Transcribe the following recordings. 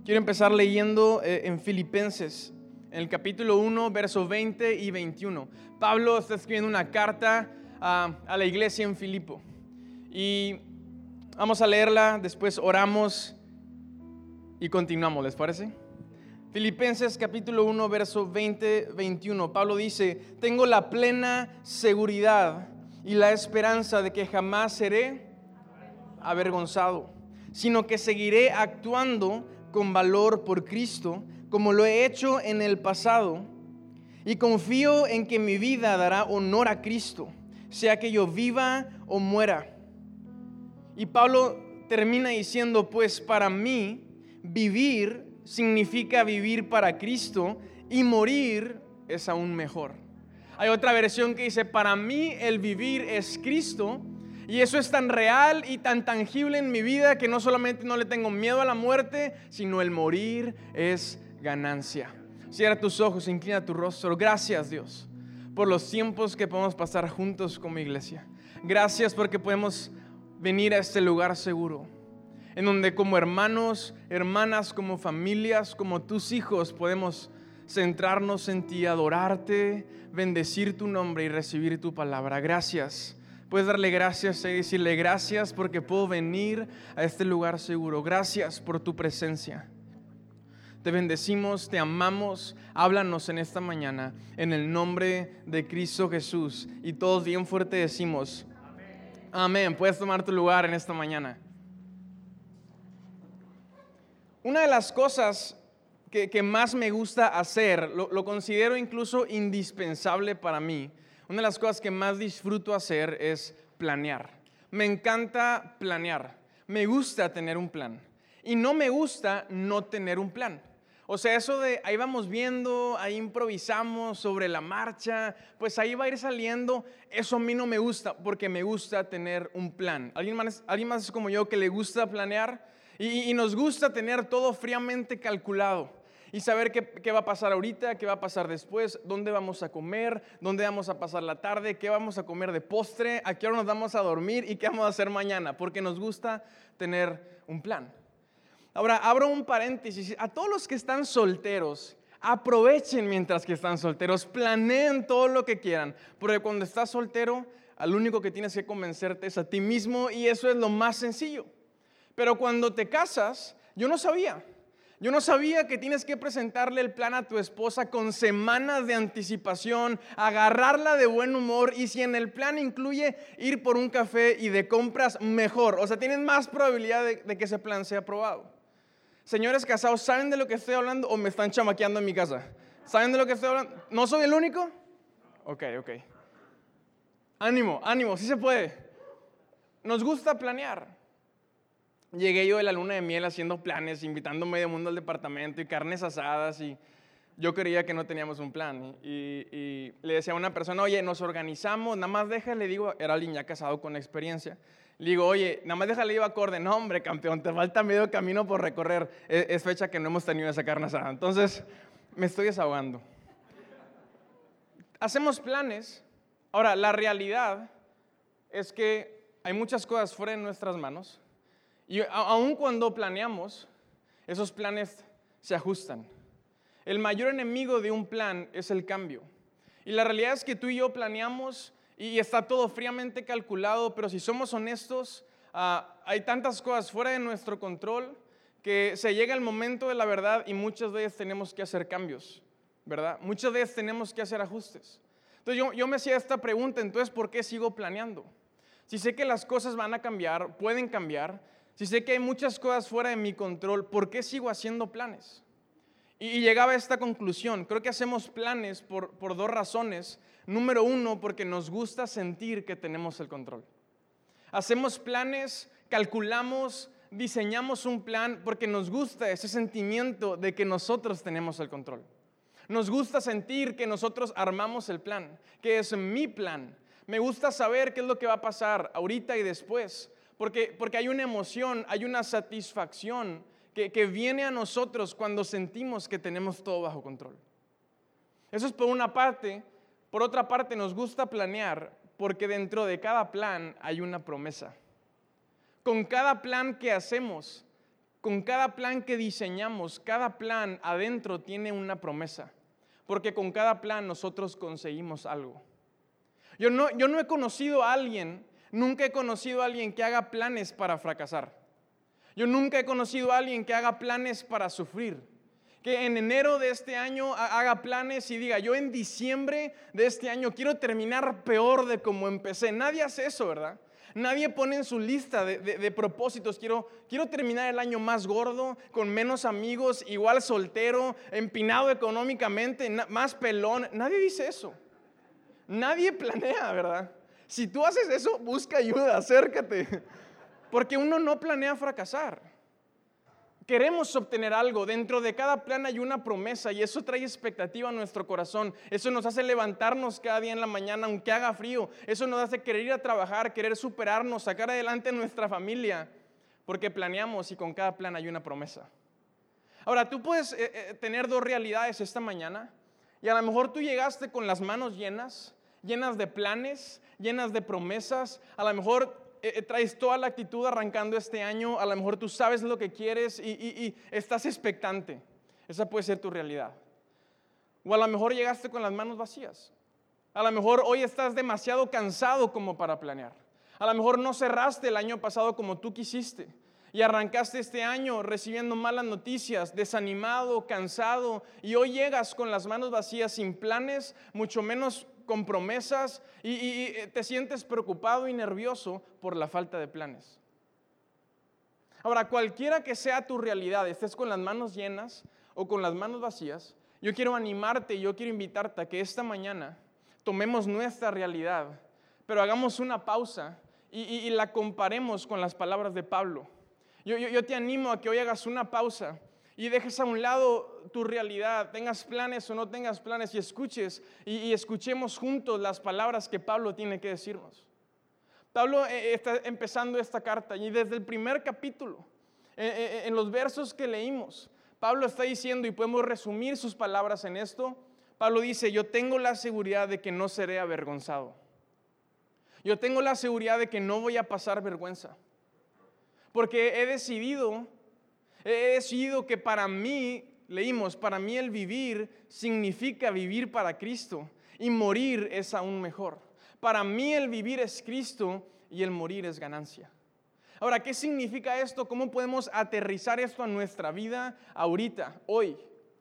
Quiero empezar leyendo en Filipenses, en el capítulo 1, versos 20 y 21. Pablo está escribiendo una carta a la iglesia en Filipo. Y vamos a leerla, después oramos y continuamos, ¿les parece? Filipenses capítulo 1, verso 20-21. Pablo dice: tengo la plena seguridad y la esperanza de que jamás seré avergonzado, sino que seguiré actuando con valor por Cristo, como lo he hecho en el pasado, y confío en que mi vida dará honor a Cristo, sea que yo viva o muera. Y Pablo termina diciendo: pues para mí vivir significa vivir para Cristo, y morir es aún mejor. Hay otra versión que dice: para mí el vivir es Cristo. Y eso es tan real y tan tangible en mi vida que no solamente no le tengo miedo a la muerte, sino el morir es ganancia. Cierra tus ojos, inclina tu rostro. Gracias, Dios, por los tiempos que podemos pasar juntos como iglesia. Gracias porque podemos venir a este lugar seguro, en donde como hermanos, hermanas, como familias, como tus hijos, podemos centrarnos en ti, adorarte, bendecir tu nombre y recibir tu palabra. Gracias. Puedes darle gracias y decirle: gracias porque puedo venir a este lugar seguro. Gracias por tu presencia. Te bendecimos, te amamos. Háblanos en esta mañana en el nombre de Cristo Jesús. Y todos bien fuerte decimos: amén. Amén. Puedes tomar tu lugar en esta mañana. Una de las cosas que más me gusta hacer, lo considero incluso indispensable para mí. Una de las cosas que más disfruto hacer es planear. Me encanta planear. Me gusta tener un plan. Y no me gusta no tener un plan. O sea, eso de ahí vamos viendo, ahí improvisamos sobre la marcha, pues ahí va a ir saliendo. Eso a mí no me gusta, porque me gusta tener un plan. ¿Alguien más es como yo que le gusta planear? Y nos gusta tener todo fríamente calculado. Y saber qué va a pasar ahorita, qué va a pasar después, dónde vamos a comer, dónde vamos a pasar la tarde, qué vamos a comer de postre, a qué hora nos vamos a dormir y qué vamos a hacer mañana, porque nos gusta tener un plan. Ahora, abro un paréntesis. A todos los que están solteros, aprovechen mientras que están solteros, planeen todo lo que quieran, porque cuando estás soltero, al único que tienes que convencerte es a ti mismo, y eso es lo más sencillo. Pero cuando te casas, yo no sabía que tienes que presentarle el plan a tu esposa con semanas de anticipación, agarrarla de buen humor, y si en el plan incluye ir por un café y de compras, mejor. O sea, tienes más probabilidad de que ese plan sea aprobado. Señores casados, ¿saben de lo que estoy hablando o me están chamaqueando en mi casa? ¿Saben de lo que estoy hablando? ¿No soy el único? Ok. Ánimo, sí se puede. Nos gusta planear. Llegué yo de la luna de miel haciendo planes, invitando a medio mundo al departamento y carnes asadas, y yo creía que no teníamos un plan. Y le decía a una persona: oye, nos organizamos, nada más déjale, digo, era alguien ya casado con experiencia. Le digo: oye, nada más déjale, iba acorde. No, hombre, campeón, te falta medio camino por recorrer. Es fecha que no hemos tenido esa carne asada. Entonces, me estoy desahogando. Hacemos planes. Ahora, la realidad es que hay muchas cosas fuera de nuestras manos. Y aun cuando planeamos, esos planes se ajustan. El mayor enemigo de un plan es el cambio. Y la realidad es que tú y yo planeamos y está todo fríamente calculado, pero si somos honestos, hay tantas cosas fuera de nuestro control que se llega el momento de la verdad y muchas veces tenemos que hacer cambios, ¿verdad? Muchas veces tenemos que hacer ajustes. Entonces yo me hacía esta pregunta: entonces, ¿por qué sigo planeando? Si sé que las cosas van a cambiar, pueden cambiar. Si sé que hay muchas cosas fuera de mi control, ¿por qué sigo haciendo planes? Y llegaba a esta conclusión. Creo que hacemos planes por dos razones. Número uno, porque nos gusta sentir que tenemos el control. Hacemos planes, calculamos, diseñamos un plan porque nos gusta ese sentimiento de que nosotros tenemos el control. Nos gusta sentir que nosotros armamos el plan, que es mi plan. Me gusta saber qué es lo que va a pasar ahorita y después. Porque hay una emoción, hay una satisfacción que viene a nosotros cuando sentimos que tenemos todo bajo control. Eso es por una parte. Por otra parte, nos gusta planear porque dentro de cada plan hay una promesa. Con cada plan que hacemos, con cada plan que diseñamos, cada plan adentro tiene una promesa, porque con cada plan nosotros conseguimos algo. Yo no he conocido a alguien, nunca he conocido a alguien que haga planes para fracasar. Yo nunca he conocido a alguien que haga planes para sufrir. Que en enero de este año haga planes y diga, yo en diciembre de este año quiero terminar peor de como empecé. Nadie hace eso, ¿verdad? Nadie pone en su lista de propósitos, quiero terminar el año más gordo, con menos amigos, igual soltero, empinado económicamente, más pelón. Nadie dice eso. Nadie planea, ¿verdad? Si tú haces eso, busca ayuda, acércate. Porque uno no planea fracasar. Queremos obtener algo. Dentro de cada plan hay una promesa y eso trae expectativa a nuestro corazón. Eso nos hace levantarnos cada día en la mañana, aunque haga frío. Eso nos hace querer ir a trabajar, querer superarnos, sacar adelante a nuestra familia. Porque planeamos y con cada plan hay una promesa. Ahora, tú puedes tener dos realidades esta mañana y a lo mejor tú llegaste con las manos llenas de planes, llenas de promesas. A lo mejor traes toda la actitud arrancando este año, a lo mejor tú sabes lo que quieres y estás expectante. Esa puede ser tu realidad. O a lo mejor llegaste con las manos vacías. A lo mejor hoy estás demasiado cansado como para planear. A lo mejor no cerraste el año pasado como tú quisiste y arrancaste este año recibiendo malas noticias, desanimado, cansado, y hoy llegas con las manos vacías, sin planes, mucho menos con promesas, y te sientes preocupado y nervioso por la falta de planes. Ahora, cualquiera que sea tu realidad, estés con las manos llenas o con las manos vacías, yo quiero animarte y yo quiero invitarte a que esta mañana tomemos nuestra realidad, pero hagamos una pausa y la comparemos con las palabras de Pablo. Yo te animo a que hoy hagas una pausa y dejes a un lado tu realidad, tengas planes o no tengas planes, y escuches y escuchemos juntos las palabras que Pablo tiene que decirnos. Pablo está empezando esta carta y desde el primer capítulo, en los versos que leímos, Pablo está diciendo, y podemos resumir sus palabras en esto. Pablo dice, yo tengo la seguridad de que no seré avergonzado. Yo tengo la seguridad de que no voy a pasar vergüenza. Porque he decidido que para mí, leímos, para mí el vivir significa vivir para Cristo y morir es aún mejor. Para mí el vivir es Cristo y el morir es ganancia. Ahora, ¿qué significa esto? ¿Cómo podemos aterrizar esto a nuestra vida ahorita, hoy?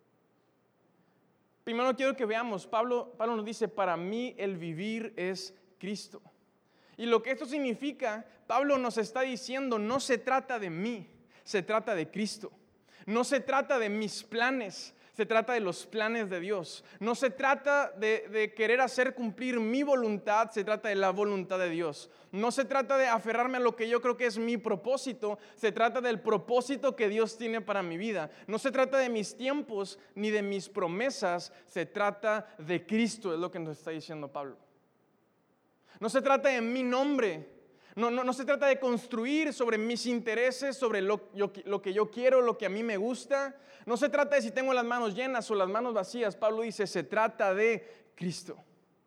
Primero quiero que veamos, Pablo nos dice, para mí el vivir es Cristo. Y lo que esto significa, Pablo nos está diciendo, no se trata de mí, se trata de Cristo. No se trata de mis planes, se trata de los planes de Dios. No se trata de querer hacer cumplir mi voluntad, se trata de la voluntad de Dios. No se trata de aferrarme a lo que yo creo que es mi propósito, se trata del propósito que Dios tiene para mi vida. No se trata de mis tiempos ni de mis promesas, se trata de Cristo, es lo que nos está diciendo Pablo. No se trata de mi nombre, no se trata de construir sobre mis intereses, sobre lo que yo quiero, lo que a mí me gusta. No se trata de si tengo las manos llenas o las manos vacías. Pablo dice, se trata de Cristo.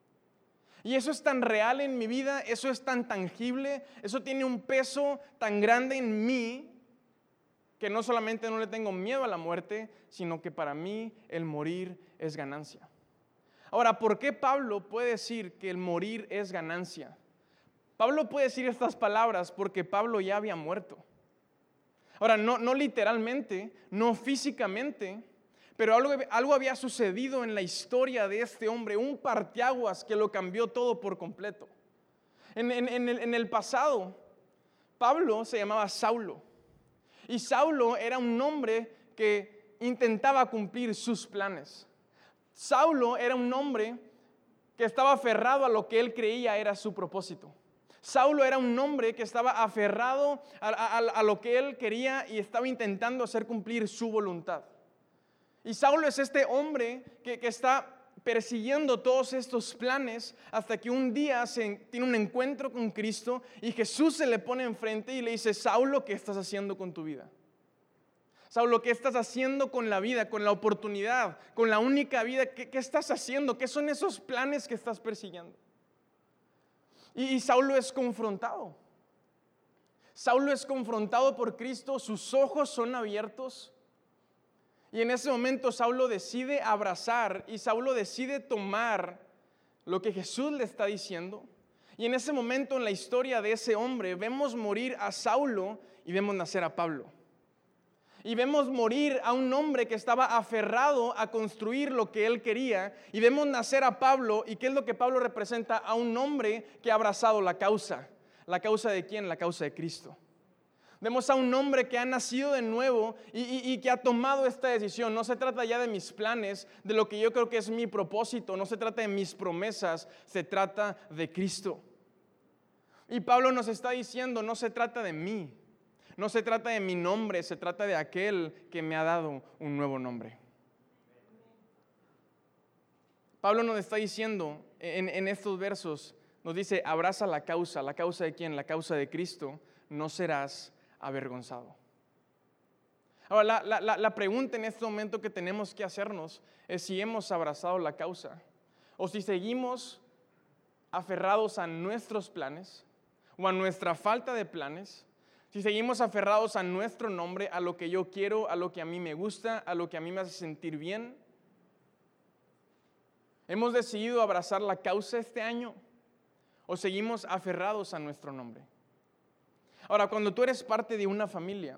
Y eso es tan real en mi vida, eso es tan tangible, eso tiene un peso tan grande en mí, que no solamente no le tengo miedo a la muerte, sino que para mí el morir es ganancia. Ahora, ¿por qué Pablo puede decir que el morir es ganancia? Pablo puede decir estas palabras porque Pablo ya había muerto. Ahora, no literalmente, no físicamente, pero algo había sucedido en la historia de este hombre, un parteaguas que lo cambió todo por completo. En el pasado, Pablo se llamaba Saulo. Y Saulo era un hombre que intentaba cumplir sus planes. Saulo era un hombre que estaba aferrado a lo que él creía era su propósito. Saulo era un hombre que estaba aferrado a lo que él quería y estaba intentando hacer cumplir su voluntad. Y Saulo es este hombre que está persiguiendo todos estos planes hasta que un día tiene un encuentro con Cristo y Jesús se le pone enfrente y le dice, Saulo, ¿qué estás haciendo con tu vida? Saulo, ¿qué estás haciendo con la vida, con la oportunidad, con la única vida? ¿Qué estás haciendo? ¿Qué son esos planes que estás persiguiendo? Y Saulo es confrontado. Saulo es confrontado por Cristo, sus ojos son abiertos. Y en ese momento Saulo decide abrazar y Saulo decide tomar lo que Jesús le está diciendo. Y en ese momento en la historia de ese hombre vemos morir a Saulo y vemos nacer a Pablo. Y vemos morir a un hombre que estaba aferrado a construir lo que él quería. Y vemos nacer a Pablo. ¿Y qué es lo que Pablo representa? A un hombre que ha abrazado la causa. ¿La causa de quién? La causa de Cristo. Vemos a un hombre que ha nacido de nuevo y que ha tomado esta decisión. No se trata ya de mis planes, de lo que yo creo que es mi propósito. No se trata de mis promesas, se trata de Cristo. Y Pablo nos está diciendo, no se trata de mí. No se trata de mi nombre, se trata de aquel que me ha dado un nuevo nombre. Pablo nos está diciendo en estos versos, nos dice, abraza la causa de quién, la causa de Cristo, no serás avergonzado. Ahora, la pregunta en este momento que tenemos que hacernos es si hemos abrazado la causa o si seguimos aferrados a nuestros planes o a nuestra falta de planes, si seguimos aferrados a nuestro nombre, a lo que yo quiero, a lo que a mí me gusta, a lo que a mí me hace sentir bien. ¿Hemos decidido abrazar la causa este año o seguimos aferrados a nuestro nombre? Ahora, cuando tú eres parte de una familia,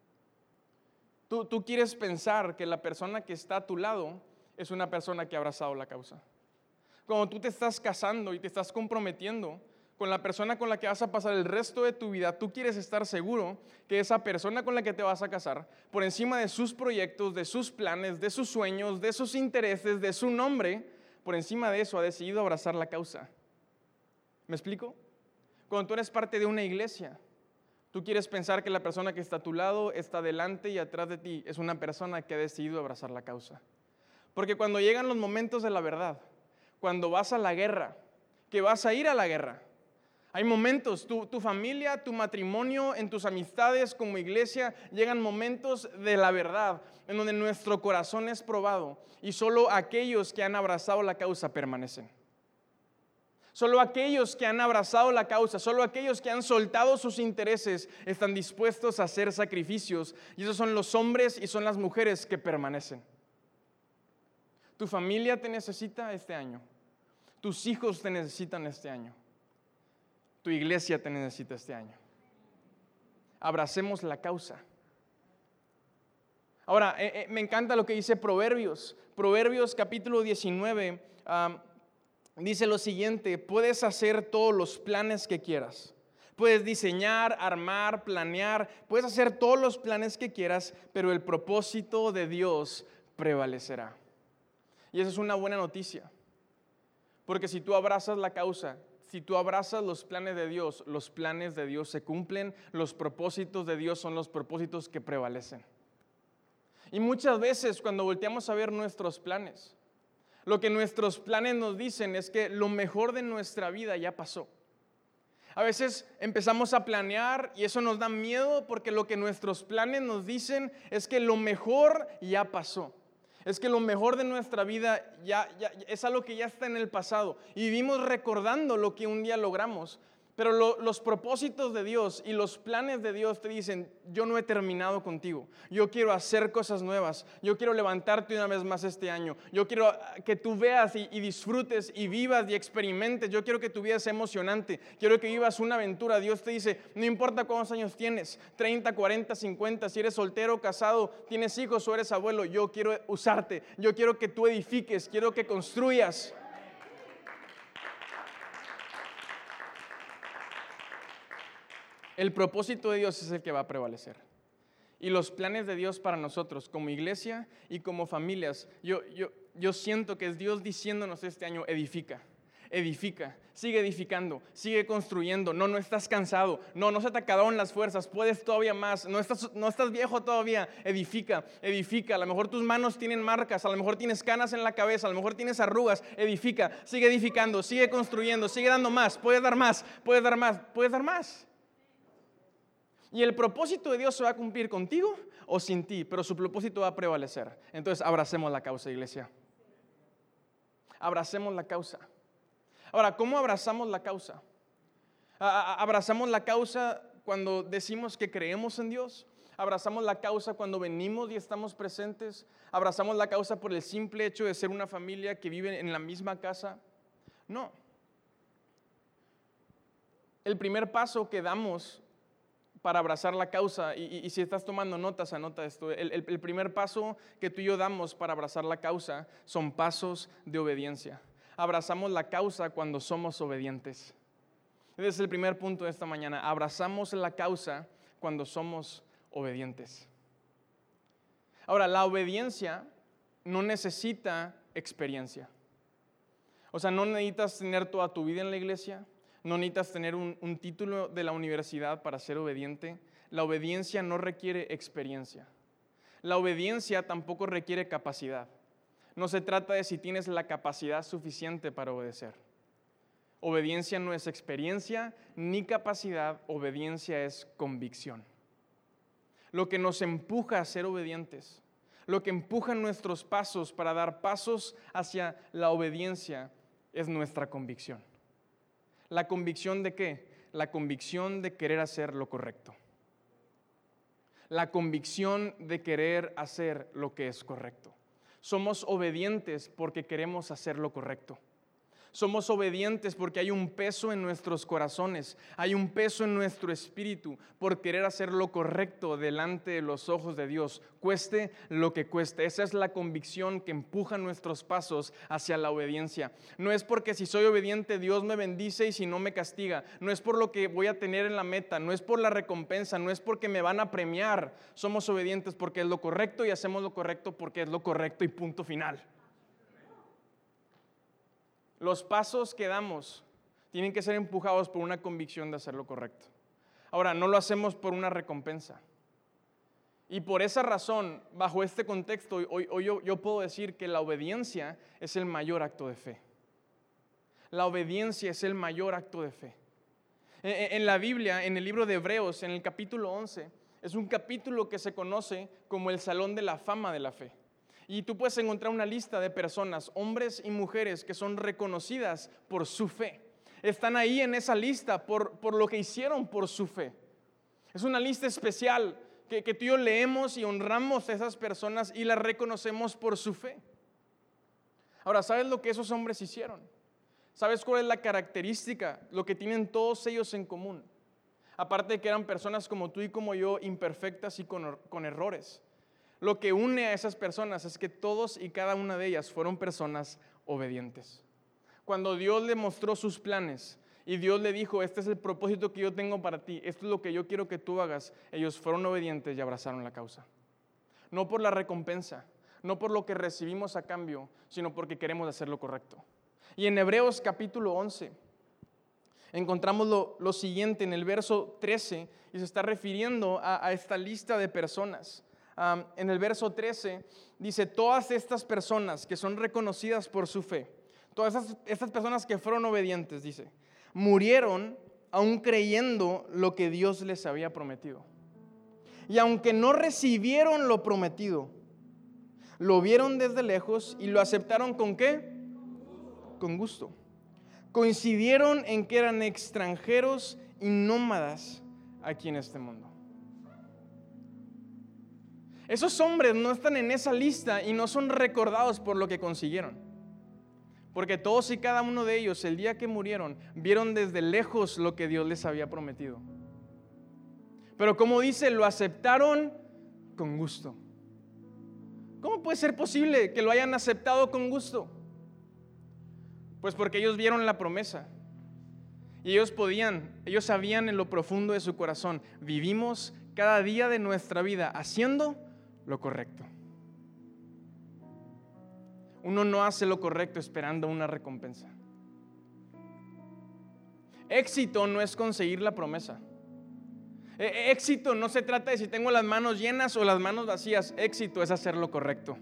tú quieres pensar que la persona que está a tu lado es una persona que ha abrazado la causa. Cuando tú te estás casando y te estás comprometiendo con la persona con la que vas a pasar el resto de tu vida, tú quieres estar seguro que esa persona con la que te vas a casar, por encima de sus proyectos, de sus planes, de sus sueños, de sus intereses, de su nombre, por encima de eso ha decidido abrazar la causa. ¿Me explico? Cuando tú eres parte de una iglesia, tú quieres pensar que la persona que está a tu lado, está delante y atrás de ti, es una persona que ha decidido abrazar la causa. Porque cuando llegan los momentos de la verdad, cuando vas a la guerra, que vas a ir a la guerra, hay momentos, tu familia, tu matrimonio, en tus amistades como iglesia, llegan momentos de la verdad, en donde nuestro corazón es probado y solo aquellos que han abrazado la causa permanecen. Solo aquellos que han abrazado la causa, solo aquellos que han soltado sus intereses están dispuestos a hacer sacrificios. Y esos son los hombres y son las mujeres que permanecen. Tu familia te necesita este año. Tus hijos te necesitan este año. Tu iglesia te necesita este año. Abracemos la causa. Ahora, me encanta lo que dice Proverbios. Proverbios capítulo 19. Dice lo siguiente, puedes hacer todos los planes que quieras. Puedes diseñar, armar, planear, puedes hacer todos los planes que quieras, pero el propósito de Dios prevalecerá. Y esa es una buena noticia, porque si tú abrazas la causa, si tú abrazas los planes de Dios se cumplen, los propósitos de Dios son los propósitos que prevalecen. Y muchas veces cuando volteamos a ver nuestros planes, lo que nuestros planes nos dicen es que lo mejor de nuestra vida ya pasó. A veces empezamos a planear y eso nos da miedo porque lo que nuestros planes nos dicen es que lo mejor ya pasó. Es que lo mejor de nuestra vida ya es algo que ya está en el pasado y vivimos recordando lo que un día logramos. Pero los propósitos de Dios y los planes de Dios te dicen, yo no he terminado contigo. Yo quiero hacer cosas nuevas. Yo quiero levantarte una vez más este año. Yo quiero que tú veas y disfrutes y vivas y experimentes. Yo quiero que tu vida sea emocionante. Quiero que vivas una aventura. Dios te dice, no importa cuántos años tienes, 30, 40, 50, si eres soltero, casado, tienes hijos o eres abuelo, yo quiero usarte. Yo quiero que tú edifiques, quiero que construyas. El propósito de Dios es el que va a prevalecer. Y los planes de Dios para nosotros como iglesia y como familias, yo siento que es Dios diciéndonos este año, edifica, sigue edificando, sigue construyendo. No estás cansado, no se te acabaron las fuerzas, puedes todavía más, no estás viejo todavía, edifica. A lo mejor tus manos tienen marcas, a lo mejor tienes canas en la cabeza, a lo mejor tienes arrugas, edifica, sigue edificando, sigue construyendo, sigue dando más, puedes dar más. Y el propósito de Dios se va a cumplir contigo o sin ti, pero su propósito va a prevalecer. Entonces, abracemos la causa, iglesia. Abracemos la causa. Ahora, ¿cómo abrazamos la causa? Abrazamos la causa cuando decimos que creemos en Dios. Abrazamos la causa cuando venimos y estamos presentes. Abrazamos la causa por el simple hecho de ser una familia que vive en la misma casa. No. El primer paso que damos para abrazar la causa, y si estás tomando notas, anota esto. El primer paso que tú y yo damos para abrazar la causa son pasos de obediencia. Abrazamos la causa cuando somos obedientes. Ese es el primer punto de esta mañana. Abrazamos la causa cuando somos obedientes. Ahora, la obediencia no necesita experiencia. O sea, no necesitas tener toda tu vida en la iglesia, no necesitas tener un título de la universidad para ser obediente. La obediencia no requiere experiencia. La obediencia tampoco requiere capacidad. No se trata de si tienes la capacidad suficiente para obedecer. Obediencia no es experiencia ni capacidad, obediencia es convicción. Lo que nos empuja a ser obedientes, lo que empuja nuestros pasos para dar pasos hacia la obediencia es nuestra convicción. ¿La convicción de qué? La convicción de querer hacer lo correcto. La convicción de querer hacer lo que es correcto. Somos obedientes porque queremos hacer lo correcto. Somos obedientes porque hay un peso en nuestros corazones, hay un peso en nuestro espíritu por querer hacer lo correcto delante de los ojos de Dios, cueste lo que cueste. Esa es la convicción que empuja nuestros pasos hacia la obediencia. No es porque si soy obediente Dios me bendice y si no me castiga. No es por lo que voy a tener en la meta, no es por la recompensa, no es porque me van a premiar. Somos obedientes porque es lo correcto y hacemos lo correcto porque es lo correcto y punto final. Los pasos que damos tienen que ser empujados por una convicción de hacer lo correcto. Ahora, no lo hacemos por una recompensa. Y por esa razón, bajo este contexto, hoy yo puedo decir que la obediencia es el mayor acto de fe. La obediencia es el mayor acto de fe. En la Biblia, en el libro de Hebreos, en el capítulo 11, es un capítulo que se conoce como el Salón de la Fama de la Fe. Y tú puedes encontrar una lista de personas, hombres y mujeres, que son reconocidas por su fe. Están ahí en esa lista por lo que hicieron por su fe. Es una lista especial que tú y yo leemos y honramos a esas personas y las reconocemos por su fe. Ahora, ¿sabes lo que esos hombres hicieron? ¿Sabes cuál es la característica, lo que tienen todos ellos en común? Aparte de que eran personas como tú y como yo, imperfectas y con errores. Lo que une a esas personas es que todos y cada una de ellas fueron personas obedientes. Cuando Dios le mostró sus planes y Dios le dijo, este es el propósito que yo tengo para ti, esto es lo que yo quiero que tú hagas, ellos fueron obedientes y abrazaron la causa. No por la recompensa, no por lo que recibimos a cambio, sino porque queremos hacer lo correcto. Y en Hebreos capítulo 11 encontramos lo siguiente en el verso 13 y se está refiriendo a esta lista de personas. En el verso 13 dice, todas estas personas que son reconocidas por su fe, todas estas personas que fueron obedientes, dice, murieron aún creyendo lo que Dios les había prometido. Y aunque no recibieron lo prometido, lo vieron desde lejos y lo aceptaron ¿con qué? Con gusto. Coincidieron en que eran extranjeros y nómadas aquí en este mundo. Esos hombres no están en esa lista y no son recordados por lo que consiguieron. Porque todos y cada uno de ellos, el día que murieron, vieron desde lejos lo que Dios les había prometido. Pero como dice, lo aceptaron con gusto. ¿Cómo puede ser posible que lo hayan aceptado con gusto? Pues porque ellos vieron la promesa. Y ellos sabían en lo profundo de su corazón, vivimos cada día de nuestra vida haciendo lo correcto. Uno no hace lo correcto esperando una recompensa. Éxito no es conseguir la promesa. Éxito no se trata de si tengo las manos llenas o las manos vacías. Éxito es hacer lo correcto.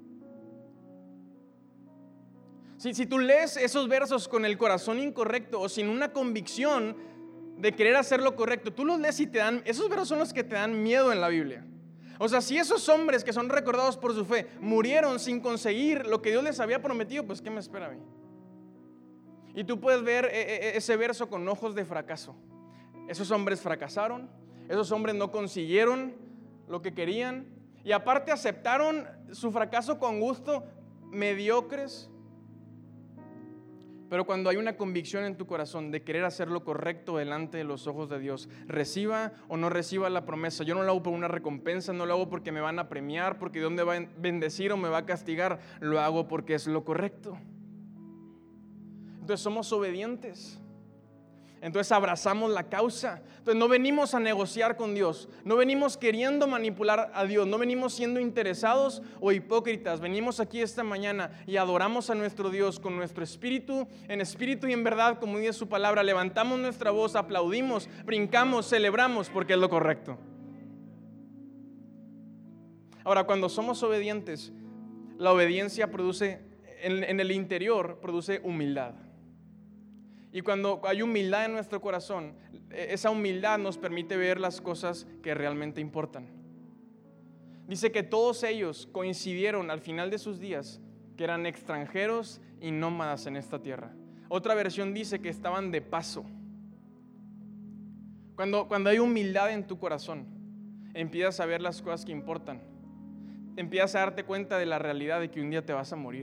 Si tú lees esos versos con el corazón incorrecto o sin una convicción de querer hacer lo correcto, tú los lees y esos versos son los que te dan miedo en la Biblia. O sea, si esos hombres que son recordados por su fe murieron sin conseguir lo que Dios les había prometido, pues ¿qué me espera a mí? Y tú puedes ver ese verso con ojos de fracaso. Esos hombres fracasaron, esos hombres no consiguieron lo que querían y aparte aceptaron su fracaso con gusto, mediocres. Pero cuando hay una convicción en tu corazón de querer hacer lo correcto delante de los ojos de Dios, reciba o no reciba la promesa, yo no lo hago por una recompensa, no lo hago porque me van a premiar, porque Dios me va a bendecir o me va a castigar, lo hago porque es lo correcto. Entonces somos obedientes. Entonces abrazamos la causa. Entonces no venimos a negociar con Dios, no venimos queriendo manipular a Dios, no venimos siendo interesados o hipócritas. Venimos aquí esta mañana y adoramos a nuestro Dios con nuestro espíritu, en espíritu y en verdad, como dice su palabra. Levantamos nuestra voz, aplaudimos, brincamos, celebramos porque es lo correcto. Ahora, cuando somos obedientes, la obediencia produce, en el interior, produce humildad. Y cuando hay humildad en nuestro corazón, esa humildad nos permite ver las cosas que realmente importan. Dice que todos ellos coincidieron al final de sus días que eran extranjeros y nómadas en esta tierra. Otra versión dice que estaban de paso. Cuando hay humildad en tu corazón, empiezas a ver las cosas que importan. Empiezas a darte cuenta de la realidad de que un día te vas a morir.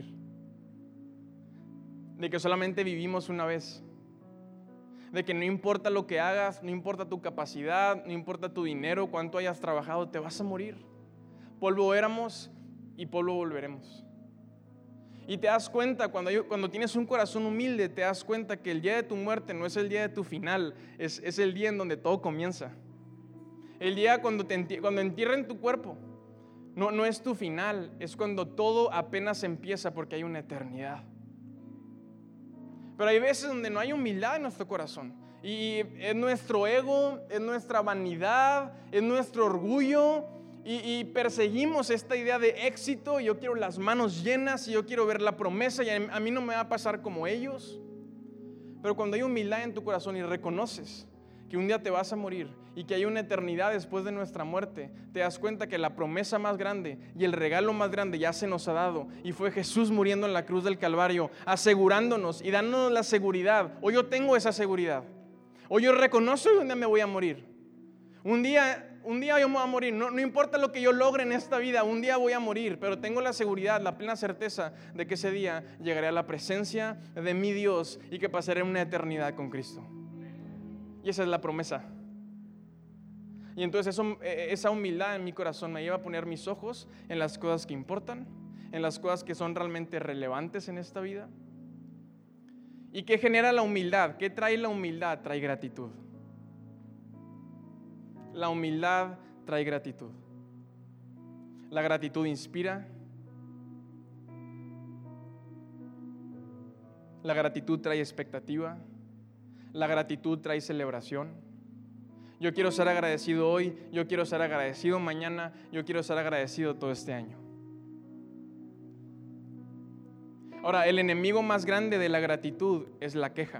De que solamente vivimos una vez. De que no importa lo que hagas, no importa tu capacidad, no importa tu dinero, cuánto hayas trabajado, te vas a morir. Polvo éramos y polvo volveremos. Y te das cuenta, cuando tienes un corazón humilde, te das cuenta que el día de tu muerte no es el día de tu final, es el día en donde todo comienza. El día cuando entierren tu cuerpo, no es tu final, es cuando todo apenas empieza porque hay una eternidad. Pero hay veces donde no hay humildad en nuestro corazón. Y es nuestro ego, es nuestra vanidad, es nuestro orgullo. Y perseguimos esta idea de éxito. Yo quiero las manos llenas y yo quiero ver la promesa. Y a mí no me va a pasar como ellos. Pero cuando hay humildad en tu corazón y reconoces que un día te vas a morir y que hay una eternidad después de nuestra muerte, te das cuenta que la promesa más grande y el regalo más grande ya se nos ha dado, y fue Jesús muriendo en la cruz del Calvario, asegurándonos y dándonos la seguridad. Hoy yo tengo esa seguridad. Hoy yo reconozco que un día me voy a morir. Un día yo me voy a morir. No importa lo que yo logre en esta vida, un día voy a morir, pero tengo la seguridad, la plena certeza de que ese día llegaré a la presencia de mi Dios y que pasaré una eternidad con Cristo. Y esa es la promesa. Y entonces esa humildad en mi corazón me lleva a poner mis ojos en las cosas que importan, en las cosas que son realmente relevantes en esta vida. ¿Y qué genera la humildad? ¿Qué trae la humildad? Trae gratitud. La humildad trae gratitud. La gratitud inspira. La gratitud trae expectativa. La gratitud trae celebración. Yo quiero ser agradecido hoy, yo quiero ser agradecido mañana, yo quiero ser agradecido todo este año. Ahora, el enemigo más grande de la gratitud es la queja.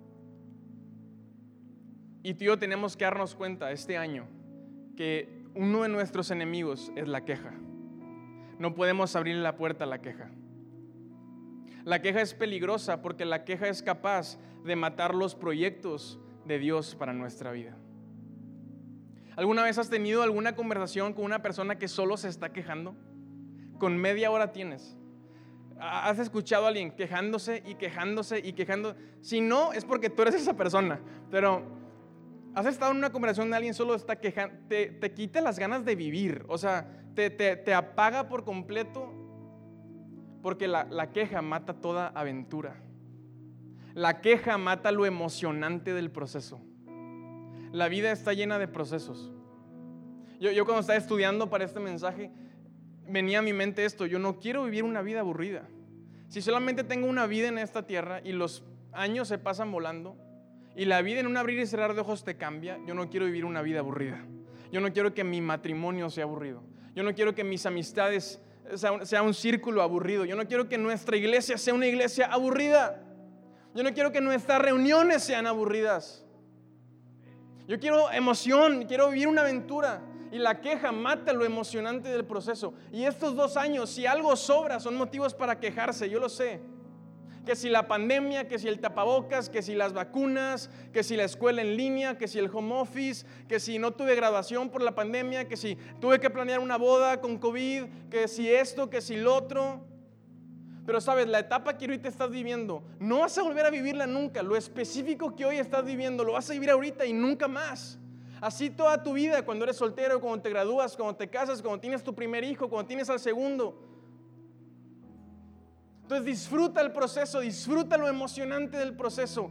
Y tú y yo tenemos que darnos cuenta este año que uno de nuestros enemigos es la queja. No podemos abrir la puerta a la queja. La queja es peligrosa porque la queja es capaz de matar los proyectos de Dios para nuestra vida. ¿Alguna vez has tenido alguna conversación con una persona que solo se está quejando? Con media hora tienes. ¿Has escuchado a alguien quejándose y quejándose y quejando? Si no, es porque tú eres esa persona. Pero ¿has estado en una conversación de alguien solo está quejando? Te quita las ganas de vivir. O sea, te apaga por completo. Porque la queja mata toda aventura. La queja mata lo emocionante del proceso. La vida está llena de procesos. Yo cuando estaba estudiando para este mensaje, venía a mi mente esto: yo no quiero vivir una vida aburrida. Si solamente tengo una vida en esta tierra y los años se pasan volando y la vida en un abrir y cerrar de ojos te cambia, yo no quiero vivir una vida aburrida. Yo no quiero que mi matrimonio sea aburrido. Yo no quiero que mis amistades sea un círculo aburrido. Yo no quiero que nuestra iglesia sea una iglesia aburrida. Yo no quiero que nuestras reuniones sean aburridas. Yo quiero emoción, quiero vivir una aventura. Y la queja mata lo emocionante del proceso. Y estos 2 años, si algo sobra, son motivos para quejarse, yo lo sé. Que si la pandemia, que si el tapabocas, que si las vacunas, que si la escuela en línea, que si el home office, que si no tuve graduación por la pandemia, que si tuve que planear una boda con COVID, que si esto, que si lo otro. Pero sabes, la etapa que ahorita estás viviendo, no vas a volver a vivirla nunca. Lo específico que hoy estás viviendo, lo vas a vivir ahorita y nunca más. Así toda tu vida, cuando eres soltero, cuando te gradúas, cuando te casas, cuando tienes tu primer hijo, cuando tienes al segundo. Entonces disfruta el proceso, disfruta lo emocionante del proceso.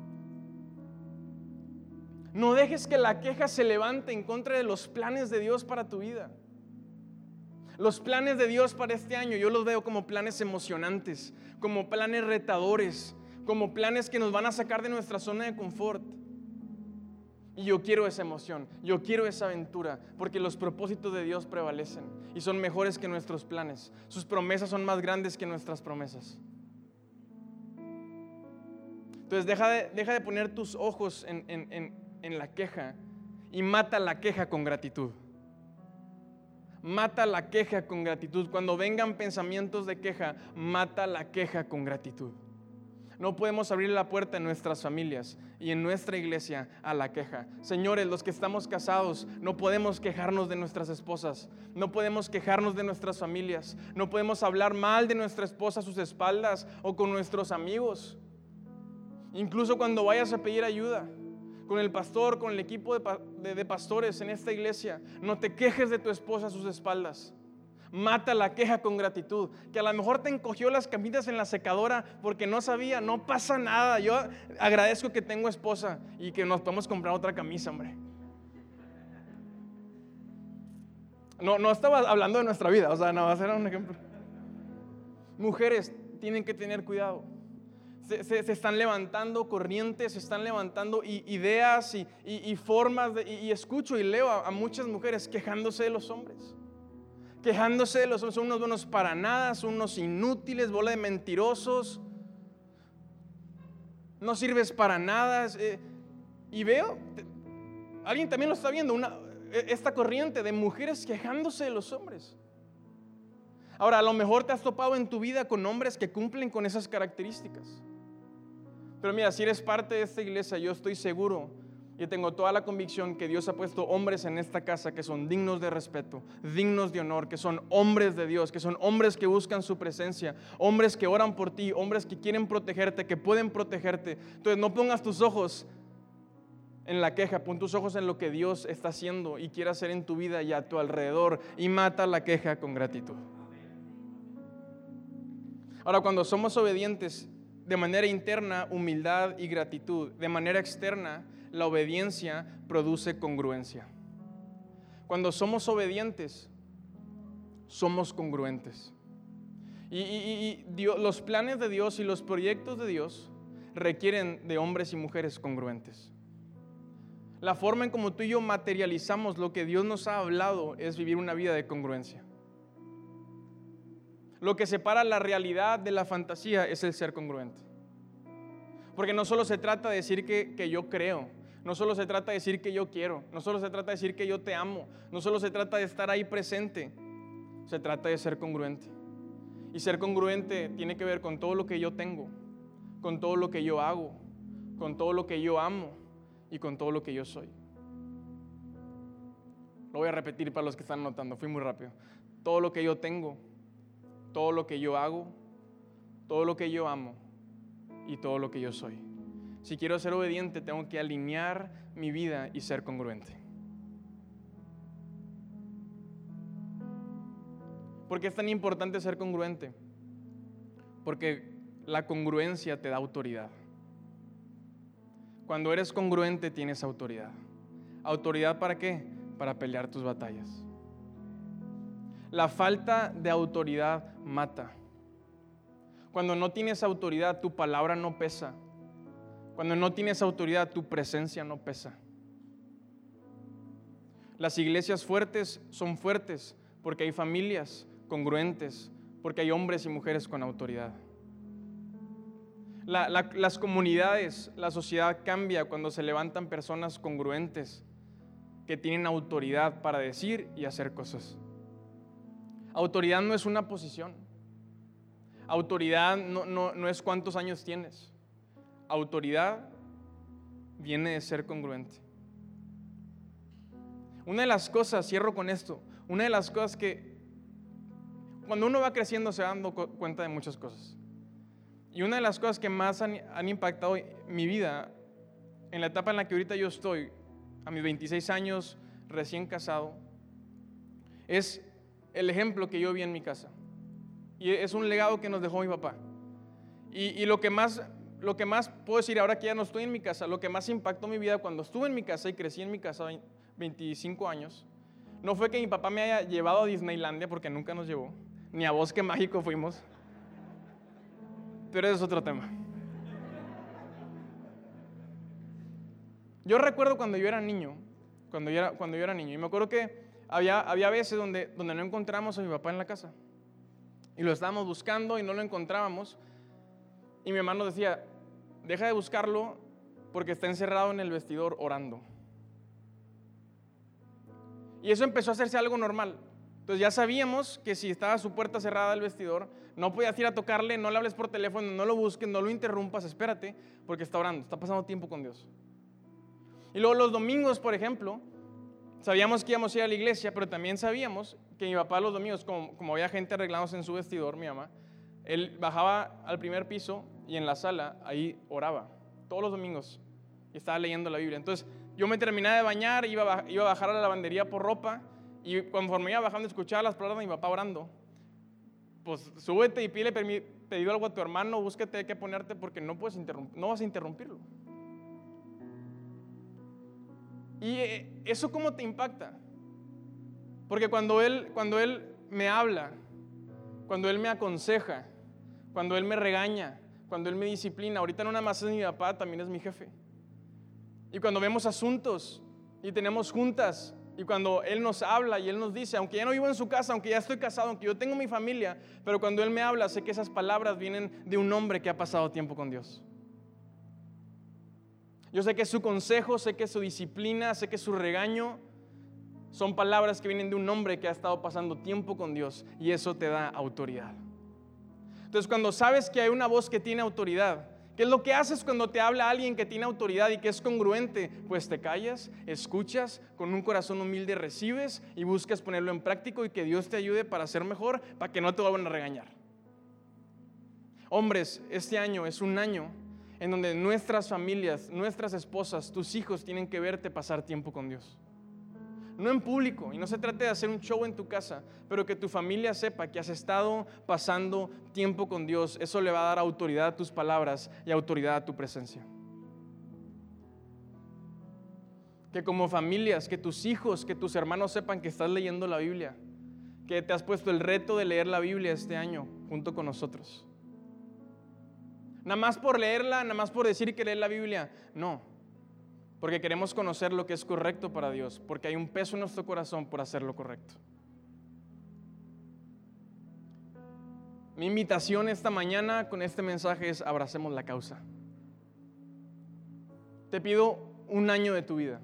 No dejes que la queja se levante en contra de los planes de Dios para tu vida. Los planes de Dios para este año yo los veo como planes emocionantes, como planes retadores, como planes que nos van a sacar de nuestra zona de confort. Y yo quiero esa emoción, yo quiero esa aventura, porque los propósitos de Dios prevalecen y son mejores que nuestros planes. Sus promesas son más grandes que nuestras promesas. Entonces deja de poner tus ojos en la queja y mata la queja con gratitud. Mata la queja con gratitud. Cuando vengan pensamientos de queja, mata la queja con gratitud. No podemos abrir la puerta en nuestras familias y en nuestra iglesia a la queja. Señores, los que estamos casados, no podemos quejarnos de nuestras esposas, no podemos quejarnos de nuestras familias, no podemos hablar mal de nuestra esposa a sus espaldas o con nuestros amigos. Incluso cuando vayas a pedir ayuda con el pastor, con el equipo de pastores en esta iglesia, no te quejes de tu esposa a sus espaldas. Mata la queja con gratitud. Que a lo mejor te encogió las camisas en la secadora porque no sabía, no pasa nada. Yo agradezco que tengo esposa y que nos podemos comprar otra camisa, hombre. No estaba hablando de nuestra vida, o sea, no, va a ser un ejemplo. Mujeres tienen que tener cuidado. Se están levantando corrientes, se están levantando ideas y formas y escucho y leo a muchas mujeres quejándose de los hombres. Quejándose de los hombres, son unos buenos para nada, son unos inútiles, bola de mentirosos, no sirves para nada. Y veo, alguien también lo está viendo, esta corriente de mujeres quejándose de los hombres. Ahora, a lo mejor te has topado en tu vida con hombres que cumplen con esas características. Pero mira, si eres parte de esta iglesia, yo estoy seguro, yo tengo toda la convicción que Dios ha puesto hombres en esta casa que son dignos de respeto, dignos de honor, que son hombres de Dios, que son hombres que buscan su presencia, hombres que oran por ti, hombres que quieren protegerte, que pueden protegerte. Entonces no pongas tus ojos en la queja, pon tus ojos en lo que Dios está haciendo y quiere hacer en tu vida y a tu alrededor, y mata la queja con gratitud. Ahora, cuando somos obedientes de manera interna, humildad y gratitud, de manera externa, la obediencia produce congruencia. Cuando somos obedientes, somos congruentes. Y Dios, los planes de Dios y los proyectos de Dios requieren de hombres y mujeres congruentes. La forma en como tú y yo materializamos lo que Dios nos ha hablado es vivir una vida de congruencia. Lo que separa la realidad de la fantasía es el ser congruente. Porque no solo se trata de decir que yo creo, no solo se trata de decir que yo quiero, no solo se trata de decir que yo te amo, no solo se trata de estar ahí presente, se trata de ser congruente. Y ser congruente tiene que ver con todo lo que yo tengo, con todo lo que yo hago, con todo lo que yo amo y con todo lo que yo soy. Lo voy a repetir para los que están notando, fui muy rápido. Todo lo que yo tengo, todo lo que yo hago, todo lo que yo amo y todo lo que yo soy. Si quiero ser obediente, tengo que alinear mi vida y ser congruente. ¿Por qué es tan importante ser congruente? Porque la congruencia te da autoridad. Cuando eres congruente tienes autoridad. ¿Autoridad para qué? Para pelear tus batallas. La falta de autoridad mata. Cuando no tienes autoridad, tu palabra no pesa. Cuando no tienes autoridad, tu presencia no pesa. Las iglesias fuertes son fuertes porque hay familias congruentes, porque hay hombres y mujeres con autoridad. Las comunidades, la sociedad cambia cuando se levantan personas congruentes que tienen autoridad para decir y hacer cosas. Autoridad no es una posición. Autoridad no es cuántos años tienes. Autoridad viene de ser congruente. Una de las cosas, cierro con esto, una de las cosas que cuando uno va creciendo se va dando cuenta de muchas cosas. Y una de las cosas que más han impactado mi vida, en la etapa en la que ahorita yo estoy, a mis 26 años, recién casado, es el ejemplo que yo vi en mi casa. Y es un legado que nos dejó mi papá. Y lo que más puedo decir ahora que ya no estoy en mi casa, lo que más impactó mi vida cuando estuve en mi casa y crecí en mi casa 25 años, no fue que mi papá me haya llevado a Disneylandia, porque nunca nos llevó, ni a Bosque Mágico fuimos, pero ese es otro tema. Yo recuerdo cuando yo era niño, y me acuerdo que había veces donde no encontramos a mi papá en la casa, y lo estábamos buscando y no lo encontrábamos, y mi hermano decía, deja de buscarlo porque está encerrado en el vestidor orando. Y eso empezó a hacerse algo normal. Entonces ya sabíamos que si estaba su puerta cerrada del vestidor, no podías ir a tocarle, no le hables por teléfono, no lo busques, no lo interrumpas, espérate, porque está orando, está pasando tiempo con Dios. Y luego los domingos, por ejemplo, sabíamos que íbamos a ir a la iglesia, pero también sabíamos que mi papá los domingos, como había gente arreglándose en su vestidor, mi mamá, él bajaba al primer piso y en la sala, ahí oraba, todos los domingos, y estaba leyendo la Biblia. Entonces yo me terminaba de bañar, iba a bajar a la lavandería por ropa, y conforme iba bajando escuchaba las palabras de mi papá orando. Pues súbete y pídele pedido algo a tu hermano, búsquete qué ponerte porque no vas a interrumpirlo. Y eso cómo te impacta, porque cuando él me habla, cuando él me aconseja, cuando él me regaña, cuando él me disciplina, ahorita no nada más es mi papá, también es mi jefe. Y cuando vemos asuntos y tenemos juntas, y cuando él nos habla y él nos dice, aunque ya no vivo en su casa, aunque ya estoy casado, aunque yo tengo mi familia, pero cuando él me habla, sé que esas palabras vienen de un hombre que ha pasado tiempo con Dios. Yo sé que su consejo, sé que su disciplina, sé que su regaño son palabras que vienen de un hombre que ha estado pasando tiempo con Dios, y eso te da autoridad. Entonces, cuando sabes que hay una voz que tiene autoridad, ¿qué es lo que haces cuando te habla alguien que tiene autoridad y que es congruente? Pues te callas, escuchas, con un corazón humilde recibes y buscas ponerlo en práctico y que Dios te ayude para ser mejor, para que no te vuelvan a regañar. Hombres, este año es un año en donde nuestras familias, nuestras esposas, tus hijos tienen que verte pasar tiempo con Dios. No en público, y no se trate de hacer un show en tu casa, pero que tu familia sepa que has estado pasando tiempo con Dios. Eso le va a dar autoridad a tus palabras y autoridad a tu presencia. Que como familias, que tus hijos, que tus hermanos sepan que estás leyendo la Biblia, que te has puesto el reto de leer la Biblia este año junto con nosotros. Nada más por leerla, nada más por decir que lees la Biblia, no. Porque queremos conocer lo que es correcto para Dios, porque hay un peso en nuestro corazón por hacer lo correcto. Mi invitación esta mañana con este mensaje es: abracemos la causa. Te pido un año de tu vida.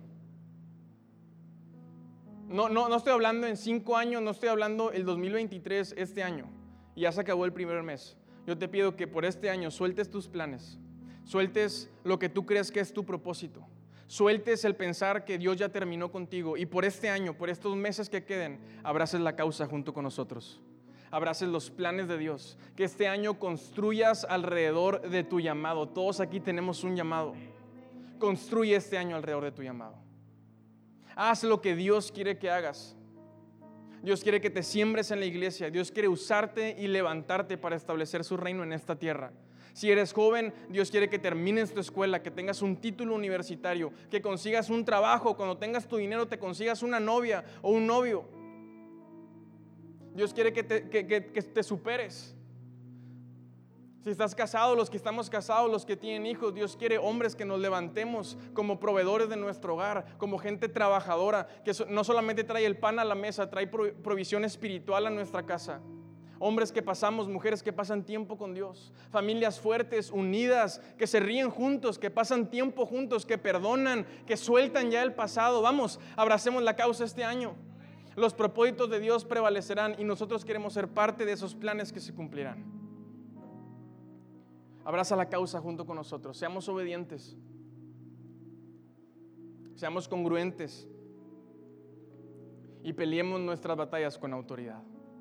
No estoy hablando en 5 años, no estoy hablando el 2023, este año. Y ya se acabó el primer mes. Yo te pido que por este año sueltes tus planes, sueltes lo que tú crees que es tu propósito. Sueltes el pensar que Dios ya terminó contigo y por este año, por estos meses que queden, abraces la causa junto con nosotros. Abraces los planes de Dios. Que este año construyas alrededor de tu llamado. Todos aquí tenemos un llamado. Construye este año alrededor de tu llamado. Haz lo que Dios quiere que hagas. Dios quiere que te siembres en la iglesia. Dios quiere usarte y levantarte para establecer su reino en esta tierra. Si eres joven, Dios quiere que termines tu escuela, que tengas un título universitario, que consigas un trabajo, cuando tengas tu dinero te consigas una novia o un novio. Dios quiere que te superes. Si estás casado, los que estamos casados, los que tienen hijos, Dios quiere hombres que nos levantemos como proveedores de nuestro hogar, como gente trabajadora, que no solamente trae el pan a la mesa, trae provisión espiritual a nuestra casa. Hombres que pasamos, mujeres que pasan tiempo con Dios, familias fuertes, unidas, que se ríen juntos, que pasan tiempo juntos, que perdonan, que sueltan ya el pasado. Vamos, abracemos la causa este año. Los propósitos de Dios prevalecerán y nosotros queremos ser parte de esos planes que se cumplirán. Abraza la causa junto con nosotros. Seamos obedientes. Seamos congruentes. Y peleemos nuestras batallas con autoridad.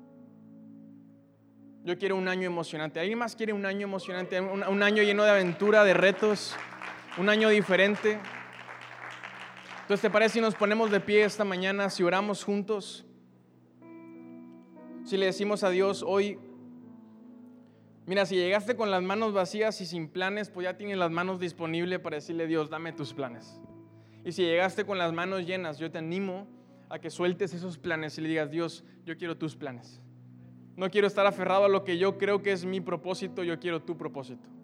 Yo quiero un año emocionante. ¿Alguien más quiere un año emocionante? Un año lleno de aventura, de retos. Un año diferente. Entonces, ¿te parece si nos ponemos de pie esta mañana? Si oramos juntos. Si le decimos a Dios hoy, mira, si llegaste con las manos vacías y sin planes, pues ya tienes las manos disponibles para decirle, Dios, dame tus planes. Y si llegaste con las manos llenas, yo te animo a que sueltes esos planes y le digas, Dios, yo quiero tus planes. No quiero estar aferrado a lo que yo creo que es mi propósito, yo quiero tu propósito.